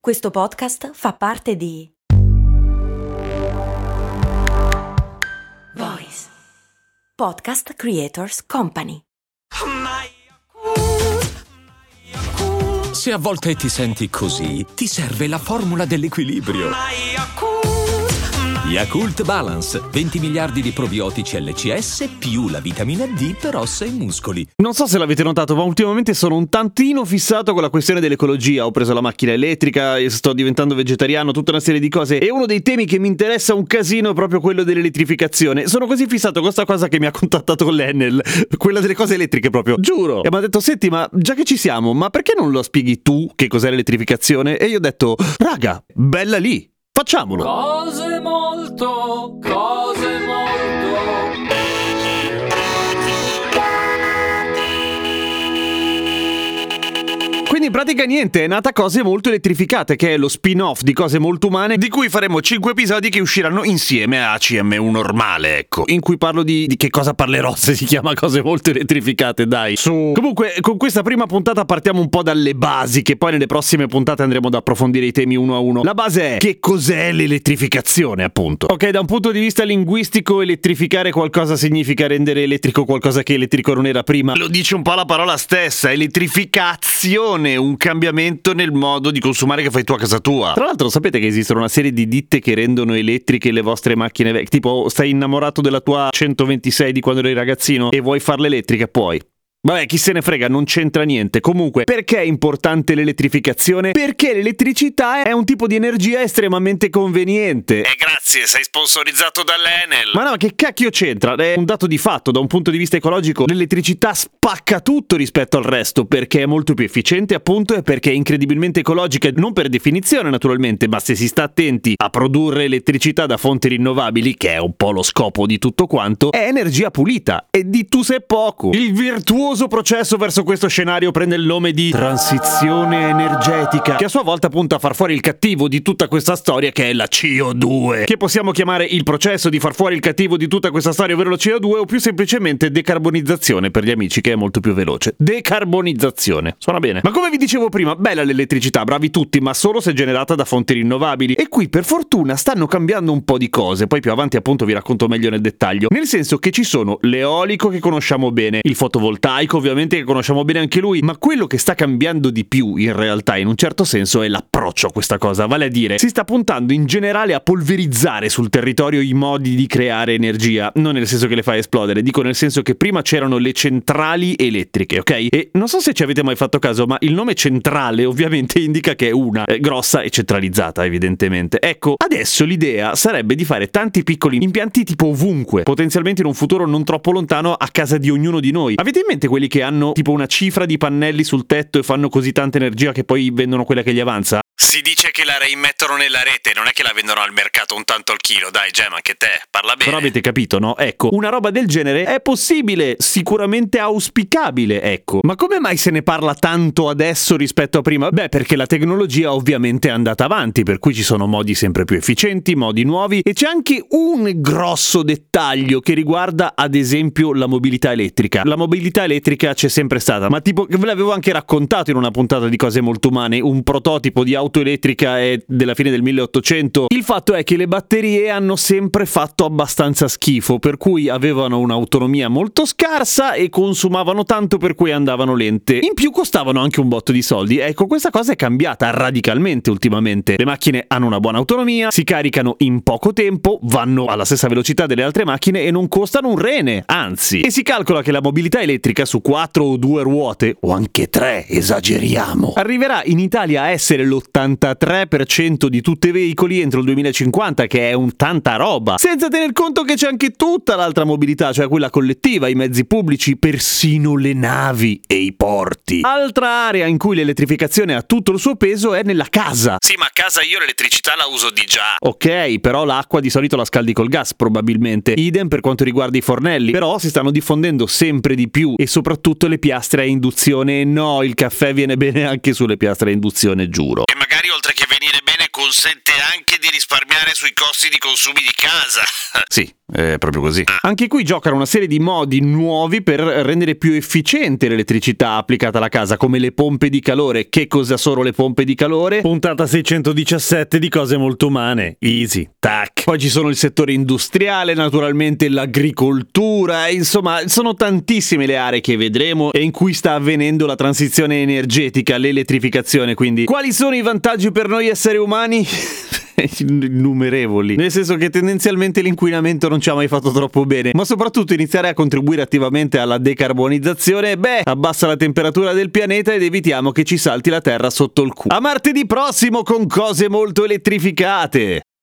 Questo podcast fa parte di Voice Podcast Creators Company. Se a volte ti senti così, ti serve la formula dell'equilibrio. Yakult Balance, 20 miliardi di probiotici LCS più la vitamina D per ossa e muscoli. Non so se l'avete notato, ma ultimamente sono un tantino fissato con la questione dell'ecologia. Ho preso la macchina elettrica, sto diventando vegetariano, tutta una serie di cose. E uno dei temi che mi interessa un casino è proprio quello dell'elettrificazione. Sono così fissato con questa cosa che mi ha contattato l'Enel, quella delle cose elettriche proprio, giuro. E mi ha detto, senti, ma già che ci siamo, ma perché non lo spieghi tu che cos'è l'elettrificazione? E io ho detto, raga, bella lì, facciamolo. Cose molto. Quindi in pratica niente, è nata Cose Molto Elettrificate, che è lo spin-off di Cose Molto Umane, di cui faremo 5 episodi che usciranno insieme a CM1 normale, ecco. In cui parlo di che cosa parlerò se si chiama Cose Molto Elettrificate, dai. Su. Comunque, con questa prima puntata partiamo un po' dalle basi, che poi nelle prossime puntate andremo ad approfondire i temi uno a uno. La base è, che cos'è l'elettrificazione, appunto? Ok, da un punto di vista linguistico, elettrificare qualcosa significa rendere elettrico qualcosa che elettrico non era prima. Lo dice un po' la parola stessa, elettrificazione. Un cambiamento nel modo di consumare che fai tu a casa tua. Tra l'altro sapete che esistono una serie di ditte che rendono elettriche le vostre macchine vecchie? Tipo, stai innamorato della tua 126 di quando eri ragazzino e vuoi farla elettrica, puoi. Vabbè, chi se ne frega, non c'entra niente. Comunque, perché è importante l'elettrificazione? Perché l'elettricità è un tipo di energia estremamente conveniente. Grazie, sei sponsorizzato dall'Enel. Ma no, che cacchio c'entra? È un dato di fatto, da un punto di vista ecologico, l'elettricità spacca tutto rispetto al resto, perché è molto più efficiente, appunto, e perché è incredibilmente ecologica, non per definizione naturalmente, ma se si sta attenti a produrre elettricità da fonti rinnovabili, che è un po' lo scopo di tutto quanto, è energia pulita, e di tu se poco. Il virtuoso processo verso questo scenario prende il nome di transizione energetica, che a sua volta punta a far fuori il cattivo di tutta questa storia, che è la CO2, che possiamo chiamare il processo di far fuori il cattivo di tutta questa storia, ovvero la CO2, o più semplicemente decarbonizzazione per gli amici, che è molto più veloce. Decarbonizzazione, suona bene. Ma come vi dicevo prima, bella l'elettricità, bravi tutti, ma solo se generata da fonti rinnovabili. E qui per fortuna stanno cambiando un po' di cose, poi più avanti appunto vi racconto meglio nel dettaglio, nel senso che ci sono l'eolico, che conosciamo bene, il fotovoltaico ovviamente, che conosciamo bene anche lui, ma quello che sta cambiando di più in realtà in un certo senso è l'approccio a questa cosa, vale a dire si sta puntando in generale a polverizzare sul territorio i modi di creare energia, non nel senso che le fa esplodere, dico nel senso che prima c'erano le centrali elettriche, ok? E non so se ci avete mai fatto caso, ma il nome centrale ovviamente indica che è una, grossa e centralizzata evidentemente. Ecco, adesso l'idea sarebbe di fare tanti piccoli impianti tipo ovunque, potenzialmente in un futuro non troppo lontano a casa di ognuno di noi. Avete in mente quelli che hanno tipo una cifra di pannelli sul tetto e fanno così tanta energia che poi vendono quella che gli avanza? Si dice che la reimmettono nella rete, non è che la vendono al mercato un tanto al chilo, dai Gemma, anche te, parla bene. Però avete capito, no? Ecco, una roba del genere è possibile, sicuramente auspicabile, ecco. Ma come mai se ne parla tanto adesso rispetto a prima? Beh, perché la tecnologia ovviamente è andata avanti, per cui ci sono modi sempre più efficienti, modi nuovi, e c'è anche un grosso dettaglio che riguarda ad esempio la mobilità elettrica. La mobilità elettrica c'è sempre stata, ma tipo, ve l'avevo anche raccontato in una puntata di Cose Molto Umane, un prototipo di auto elettrica è della fine del 1800. Il fatto è che le batterie hanno sempre fatto abbastanza schifo, per cui avevano un'autonomia molto scarsa e consumavano tanto, per cui andavano lente. In più costavano anche un botto di soldi. Ecco, questa cosa è cambiata radicalmente ultimamente. Le macchine hanno una buona autonomia, si caricano in poco tempo, vanno alla stessa velocità delle altre macchine e non costano un rene, anzi. E si calcola che la mobilità elettrica su 4 o 2 ruote, o anche 3, esageriamo, arriverà in Italia a essere l'83% di tutti i veicoli entro il 2050, che è un tanta roba, senza tener conto che c'è anche tutta l'altra mobilità, cioè quella collettiva, i mezzi pubblici, persino le navi e i porti. Altra area in cui l'elettrificazione ha tutto il suo peso è nella casa. Sì, ma a casa io l'elettricità la uso di già. Ok, però l'acqua di solito la scaldi col gas, probabilmente. Idem per quanto riguarda i fornelli, però si stanno diffondendo sempre di più, e soprattutto le piastre a induzione. E no, il caffè viene bene anche sulle piastre a induzione, giuro. E magari oltre che venire bene consente anche di risparmiare sui costi di consumi di casa. Sì, è proprio così. Anche qui giocano una serie di modi nuovi per rendere più efficiente l'elettricità applicata alla casa, come le pompe di calore. Che cosa sono le pompe di calore? Puntata 617 di Cose Molto Umane. Easy, tac. Poi ci sono il settore industriale, naturalmente l'agricoltura, insomma, sono tantissime le aree che vedremo e in cui sta avvenendo la transizione energetica, l'elettrificazione. Quindi, quali sono i vantaggi per noi esseri umani? Innumerevoli, nel senso che tendenzialmente l'inquinamento non ci ha mai fatto troppo bene, ma soprattutto iniziare a contribuire attivamente alla decarbonizzazione, abbassa la temperatura del pianeta ed evitiamo che ci salti la terra sotto il culo. A martedì prossimo con Cose Molto Elettrificate.